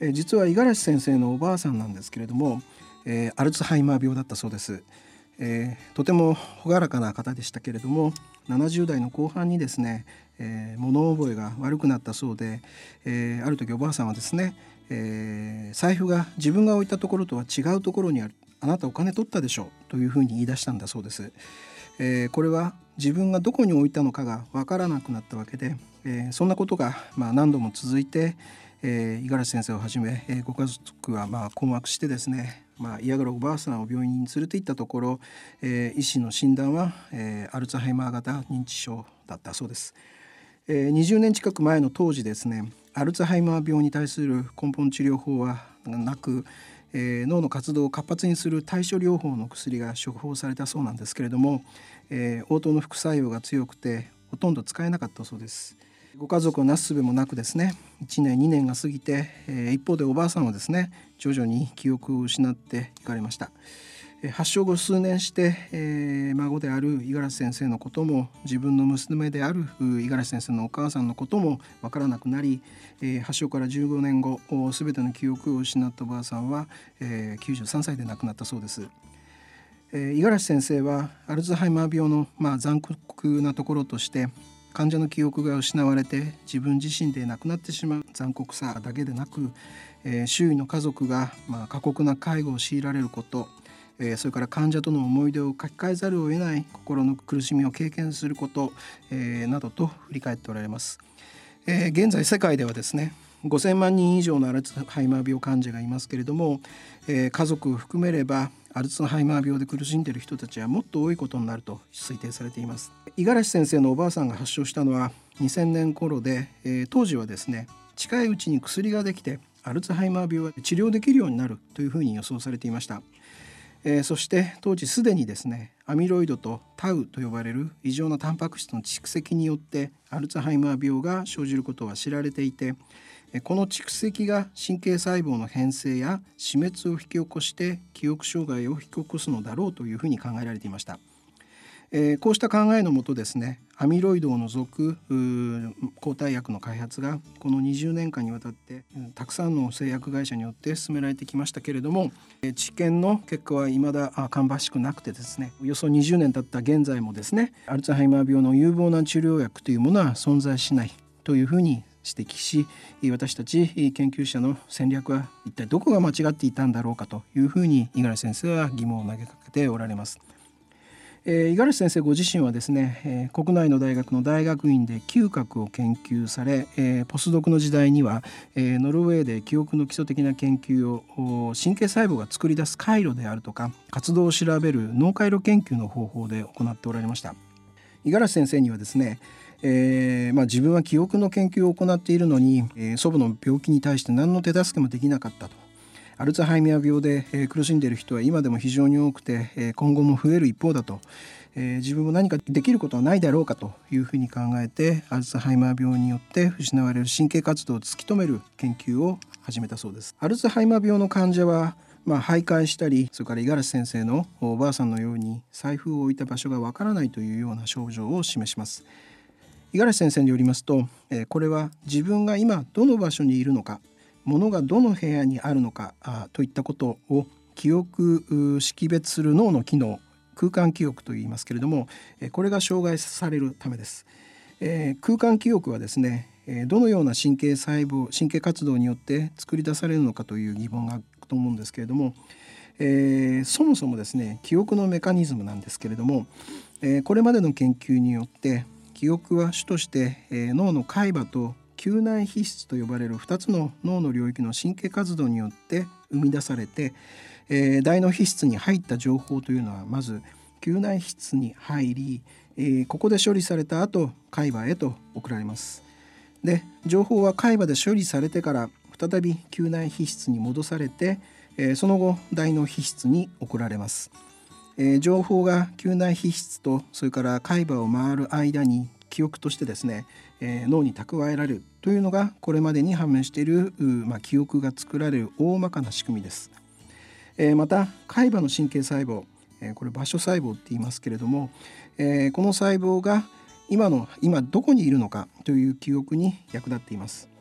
実は五十嵐先生のおばあさんなんですけれども、アルツハイマー病だったそうです。とても朗らかな方でしたけれども、70代の後半にですね、物覚えが悪くなったそうで、ある時おばあさんはですね、財布が自分が置いたところとは違うところにある、あなたお金取ったでしょというふうに言い出したんだそうです。これは自分がどこに置いたのかが分からなくなったわけで、そんなことが何度も続いて、五十嵐先生をはじめ、ご家族は困惑してですね、嫌がるおばあさんを病院に連れて行ったところ、医師の診断は、アルツハイマー型認知症だったそうです。20年近く前の当時ですね、アルツハイマー病に対する根本治療法はなく、脳の活動を活発にする対処療法の薬が処方されたそうなんですけれども、応答の副作用が強くてほとんど使えなかったそうです。ご家族をなすすべもなくですね、1年2年が過ぎて、一方でおばあさんはですね、徐々に記憶を失っていかれました。発症後数年して、孫である五十嵐先生のことも、自分の娘である五十嵐先生のお母さんのこともわからなくなり、発症から15年後すべての記憶を失ったおばあさんは、93歳で亡くなったそうです。五十嵐先生はアルツハイマー病の、残酷なところとして、患者の記憶が失われて自分自身で亡くなってしまう残酷さだけでなく、周囲の家族が、過酷な介護を強いられること、それから患者との思い出を書き換えざるを得ない心の苦しみを経験すること、などと振り返っておられます。現在世界ではですね、5000万人以上のアルツハイマー病患者がいますけれども、家族を含めればアルツハイマー病で苦しんでいる人たちはもっと多いことになると推定されています。五十嵐先生のおばあさんが発症したのは2000年頃で、当時はですね、近いうちに薬ができてアルツハイマー病は治療できるようになるというふうに予想されていました。そして当時すでにですね、アミロイドとタウと呼ばれる異常なタンパク質の蓄積によってアルツハイマー病が生じることは知られていて、この蓄積が神経細胞の変性や死滅を引き起こして記憶障害を引き起こすのだろうというふうに考えられていました。こうした考えのもとですね、アミロイドを除く抗体薬の開発がこの20年間にわたってたくさんの製薬会社によって進められてきましたけれども、治験の結果は未だ芳しくなくてですね、およそ20年経った現在もですね、アルツハイマー病の有望な治療薬というものは存在しないというふうに指摘し、私たち研究者の戦略は一体どこが間違っていたんだろうかというふうに五十嵐先生は疑問を投げかけておられます。五十嵐先生ご自身はですね、国内の大学の大学院で嗅覚を研究され、ポスドクの時代には、ノルウェーで記憶の基礎的な研究を神経細胞が作り出す回路であるとか活動を調べる脳回路研究の方法で行っておられました。五十嵐先生にはですね、自分は記憶の研究を行っているのに、祖母の病気に対して何の手助けもできなかったと。アルツハイマー病で苦しんでいる人は今でも非常に多くて、今後も増える一方だと、自分も何かできることはないだろうかというふうに考えて、アルツハイマー病によって失われる神経活動を突き止める研究を始めたそうです。アルツハイマー病の患者は徘徊したり、それから五十嵐先生のおばあさんのように財布を置いた場所がわからないというような症状を示します。五十嵐先生によりますと、これは自分が今どの場所にいるのか、物がどの部屋にあるのかといったことを記憶識別する脳の機能、空間記憶といいますけれども、これが障害されるためです。空間記憶はですね、どのような神経活動によって作り出されるのかという疑問があると思うんですけれども、そもそもですね、記憶のメカニズムなんですけれども、これまでの研究によって記憶は主として、脳の海馬と嗅内皮質と呼ばれる2つの脳の領域の神経活動によって生み出されて、大脳皮質に入った情報というのはまず嗅内皮質に入り、ここで処理された後海馬へと送られます。で、情報は海馬で処理されてから再び嗅内皮質に戻されて、その後大脳皮質に送られます。情報が嗅内皮質とそれから海馬を回る間に記憶としてですね、脳に蓄えられるというのがこれまでに判明している、記憶が作られる大まかな仕組みです。また海馬の神経細胞、これ場所細胞って言いますけれども、この細胞が今どこにいるのかという記憶に役立っています。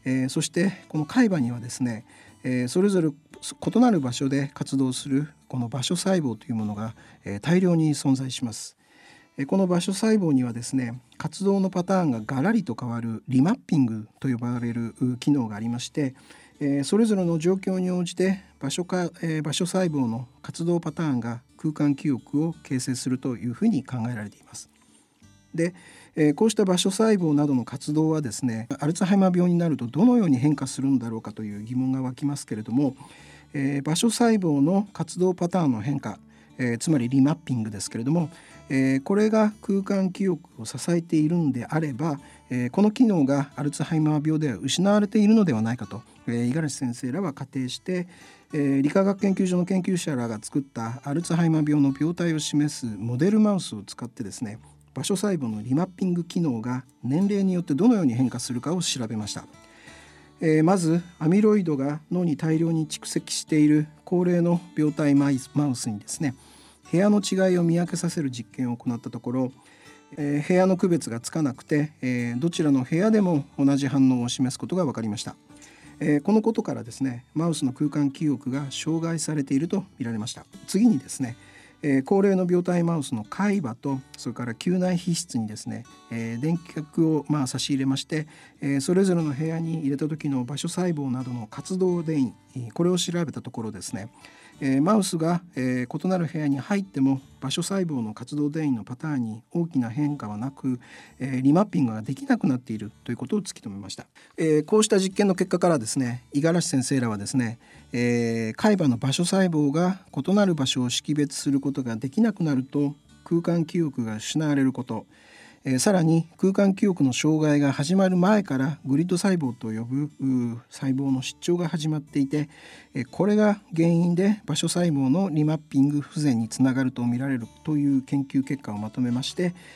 そしてこの海馬にはですね、それぞれ異なる場所で活動するこの場所細胞というものが、大量に存在します。この場所細胞にはですね、活動のパターンがガラリと変わるリマッピングと呼ばれる機能がありまして、それぞれの状況に応じて場所細胞の活動パターンが空間記憶を形成するというふうに考えられています。で、こうした場所細胞などの活動はですね、アルツハイマー病になるとどのように変化するんだろうかという疑問が湧きますけれども、場所細胞の活動パターンの変化、つまりリマッピングですけれども、これが空間記憶を支えているのであれば、この機能がアルツハイマー病では失われているのではないかと、五十嵐先生らは仮定して、理化学研究所の研究者らが作ったアルツハイマー病の病態を示すモデルマウスを使ってですね、場所細胞のリマッピング機能が年齢によってどのように変化するかを調べました。まずアミロイドが脳に大量に蓄積している高齢の病態マウスにですね、部屋の違いを見分けさせる実験を行ったところ、部屋の区別がつかなくて、どちらの部屋でも同じ反応を示すことが分かりました。このことからですね、マウスの空間記憶が障害されていると見られました。次にですね、高齢の病態マウスの海馬とそれから嗅内皮質にですね、電極を差し入れまして、それぞれの部屋に入れた時の場所細胞などの活動電位、これを調べたところですね、マウスが、異なる部屋に入っても場所細胞の活動電位のパターンに大きな変化はなく、リマッピングができなくなっているということを突き止めました。こうした実験の結果からですね、五十嵐先生らはですね、海馬の場所細胞が異なる場所を識別することができなくなると空間記憶が失われること、さらに空間記憶の障害が始まる前からグリッド細胞と呼ぶ細胞の失調が始まっていて、これが原因で場所細胞のリマッピング不全につながると見られるという研究結果をまとめまして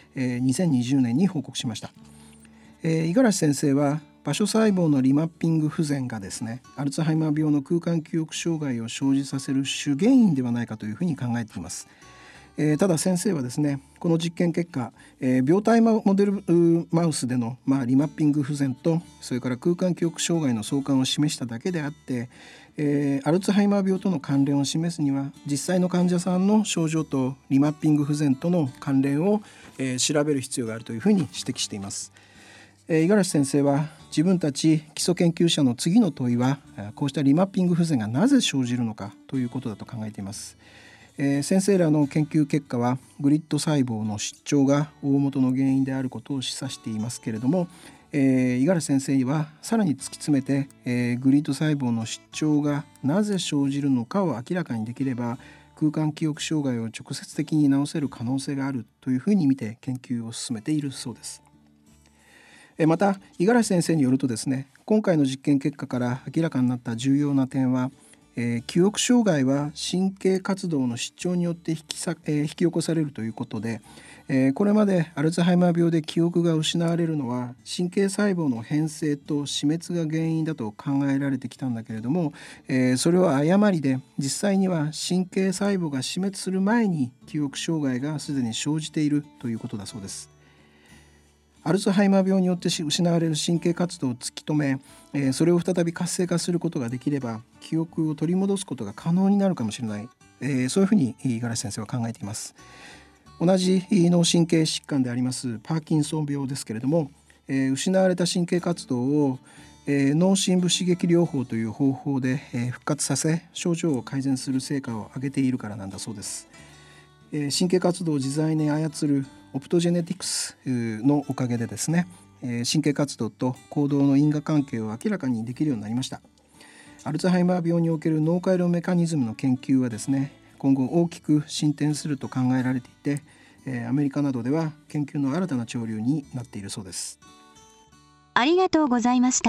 、2020年に報告しました。五十嵐先生は場所細胞のリマッピング不全がですね、アルツハイマー病の空間記憶障害を生じさせる主原因ではないかというふうに考えています。ただ先生はですね、この実験結果、病態モデルマウスでの、リマッピング不全とそれから空間記憶障害の相関を示しただけであって、アルツハイマー病との関連を示すには実際の患者さんの症状とリマッピング不全との関連を、調べる必要があるというふうに指摘しています。五十嵐先生は自分たち基礎研究者の次の問いはこうしたリマッピング不全がなぜ生じるのかということだと考えています。先生らの研究結果はグリッド細胞の失調が大元の原因であることを示唆していますけれども、五十嵐先生はさらに突き詰めて、グリッド細胞の失調がなぜ生じるのかを明らかにできれば空間記憶障害を直接的に治せる可能性があるというふうに見て研究を進めているそうです。また五十嵐先生によるとですね、今回の実験結果から明らかになった重要な点は、記憶障害は神経活動の失調によって引き起こされるということで、これまでアルツハイマー病で記憶が失われるのは神経細胞の変性と死滅が原因だと考えられてきたんだけれども、それは誤りで、実際には神経細胞が死滅する前に記憶障害がすでに生じているということだそうです。アルツハイマー病によって失われる神経活動を突き止め、それを再び活性化することができれば記憶を取り戻すことが可能になるかもしれない、そういうふうに五十嵐先生は考えています。同じ脳神経疾患でありますパーキンソン病ですけれども、失われた神経活動を脳深部刺激療法という方法で復活させ症状を改善する成果を上げているからなんだそうです。神経活動を自在に操るオプトジェネティクスのおかげでですね、神経活動と行動の因果関係を明らかにできるようになりました。アルツハイマー病における脳回路メカニズムの研究はですね、今後大きく進展すると考えられていて、アメリカなどでは研究の新たな潮流になっているそうです。 ありがとうございました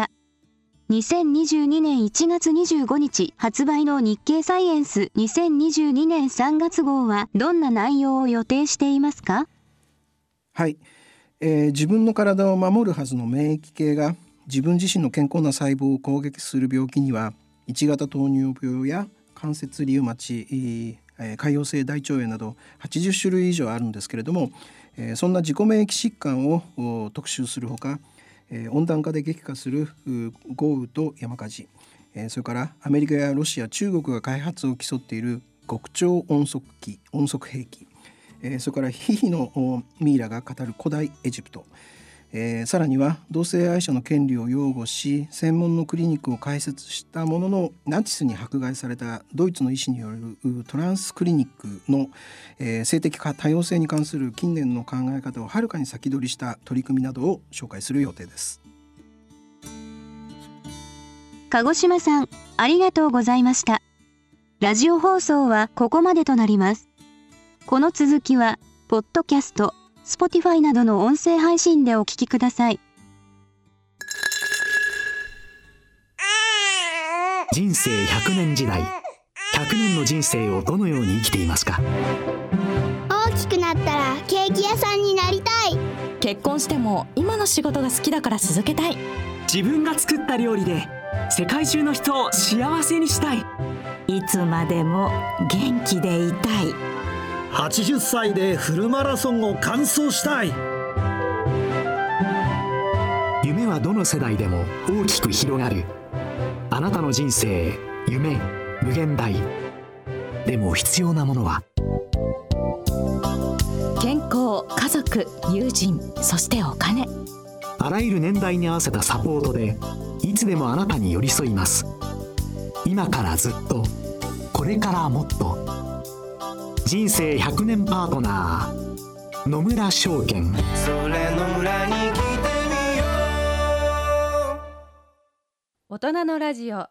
。2022年1月25日発売の日経サイエンス2022年3月号はどんな内容を予定していますか？ はい、自分の体を守るはずの免疫系が自分自身の健康な細胞を攻撃する病気には1型糖尿病や関節リウマチ、潰瘍性大腸炎など80種類以上あるんですけれども、そんな自己免疫疾患を特集するほか、 温暖化で激化する豪雨と山火事、それからアメリカやロシア、中国が開発を競っている極超音速兵器、それからヒヒのミイラが語る古代エジプト、さらには同性愛者の権利を擁護し専門のクリニックを開設したもののナチスに迫害されたドイツの医師によるトランスクリニックの、性的多様性に関する近年の考え方をはるかに先取りした取り組みなどを紹介する予定です。 鹿児島さん、ありがとうございました。ラジオ放送はここまでとなります。この続きはポッドキャスト、Spotify などの音声配信でお聞きください。 人生100年時代、100年の人生をどのように生きていますか？ 大きくなったらケーキ屋さんになりたい。 結婚しても今の仕事が好きだから続けたい。 自分が作った料理で世界中の人を幸せにしたい。 いつまでも元気でいたい。 80歳でフルマラソンを完走したい。 夢はどの世代でも大きく広がる。あなたの人生、夢、無限大。でも必要なものは健康、家族、友人、そしてお金。 あらゆる年代に合わせたサポートでいつでもあなたに寄り添います。今からずっと、これからもっと。人生100年パートナー、野村証券。それ野村に来てみよう。大人のラジオ。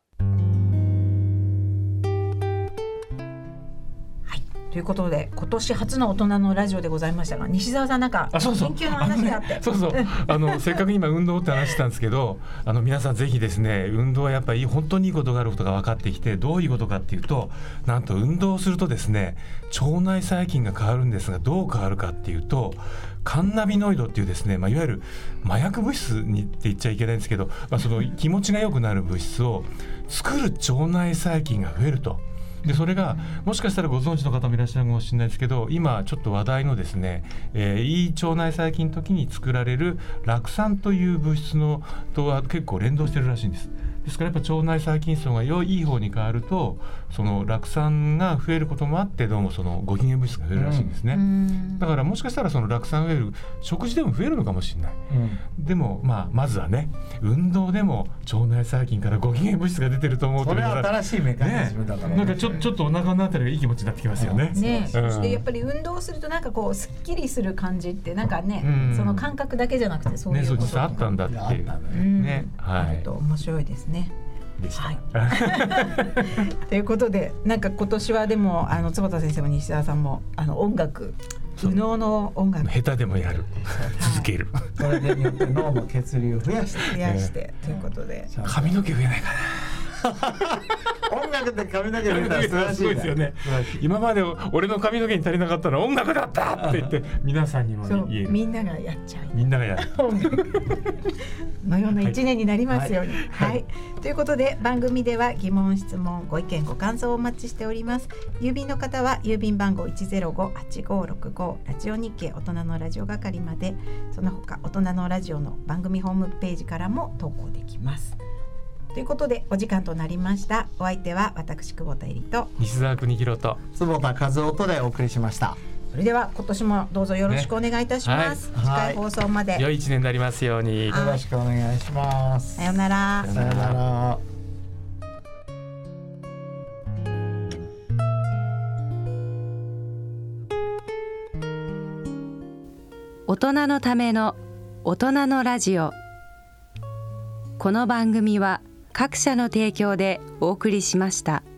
ということで今年初の大人のラジオでございましたが、西澤さんなんか研究の話があって、 せっかく今運動って話したんですけど、皆さんぜひですね、運動はやっぱり本当にいいことがあることが分かってきて、どういうことかっていうと、なんと運動をするとですね、腸内細菌が変わるんですが、どう変わるかっていうと、カンナビノイドっていうですね、いわゆる麻薬物質にって言っちゃいけないんですけど、その気持ちが良くなる物質を作る腸内細菌が増えると。でそれがもしかしたらご存知の方もいらっしゃるかもしれないですけど、今ちょっと話題のですね、いい腸内細菌の時に作られる酪酸という物質のとは結構連動してるらしいんです。ですからやっぱ腸内細菌層がいい方に変わると、その酪酸が増えることもあって、どうもそのご機嫌物質が増えるらしいんですね。だからもしかしたらその酪酸増える食事でも増えるのかもしれない、でもまずはね、運動でも腸内細菌からご機嫌物質が出てると思うと、 それは新しいメカニズムだから、 なんかちょっとお腹のあたりがいい気持ちになってきますよね。 そしてやっぱり運動するとなんかこうすっきりする感じってなんかね、その感覚だけじゃなくてそういうこと実際あったんだっていうね、 あると面白いですね。 でした、 ということで、なんか今年はでも坪田先生も西澤さんも音楽、右脳の音楽下手でもやる、続ける、 それでによって脳の血流を増やしてということで、 髪の毛増えないかな。 音楽で髪の毛増えたら素晴らしいすごいですよね。今まで俺の髪の毛に足りなかったのは音楽だったって言って皆さんにも言える。 みんながやっちゃう。 みんながやる。 のような一年になりますように。はい。ということで番組では疑問、質問、ご意見、ご感想をお待ちしております。郵便の方は郵便番号 105-8565 ラジオ日経大人のラジオ係まで。その他大人のラジオの番組ホームページからも投稿できます。ということでお時間となりました。お相手は私久保田恵里と西澤邦弘と坪田和夫とでお送りしました。 それでは今年もどうぞよろしくお願いいたします、次回放送まで良い一年になりますようによろしくお願いします。 さようなら。 さようなら。 大人のための大人のラジオ。この番組は各社の提供でお送りしました。